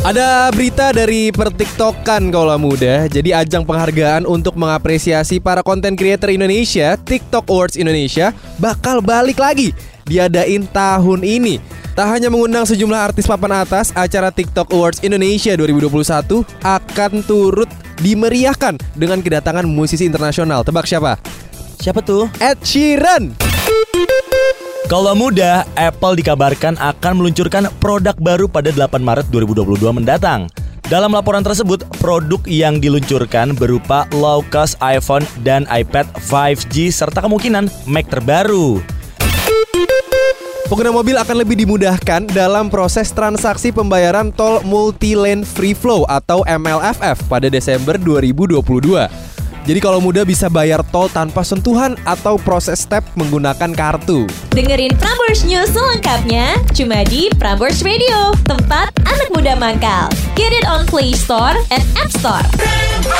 Ada berita dari pertiktokan kaula muda. Jadi ajang penghargaan untuk mengapresiasi para konten creator Indonesia, TikTok Awards Indonesia, bakal balik lagi diadain tahun ini. Tak hanya mengundang sejumlah artis papan atas, acara TikTok Awards Indonesia 2021 akan turut dimeriahkan dengan kedatangan musisi internasional. Tebak siapa? Siapa tuh? Ed Sheeran. Kalau muda, Apple dikabarkan akan meluncurkan produk baru pada 8 Maret 2022 mendatang. Dalam laporan tersebut, produk yang diluncurkan berupa low-cost iPhone dan iPad 5G serta kemungkinan Mac terbaru. Pengguna mobil akan lebih dimudahkan dalam proses transaksi pembayaran tol Multi-Lane Free Flow atau MLFF pada Desember 2022. Jadi kalau muda bisa bayar tol tanpa sentuhan atau proses step menggunakan kartu. Dengerin Prambors News selengkapnya cuma di Prambors Radio, tempat anak muda mangkal. Get it on Play Store and App Store.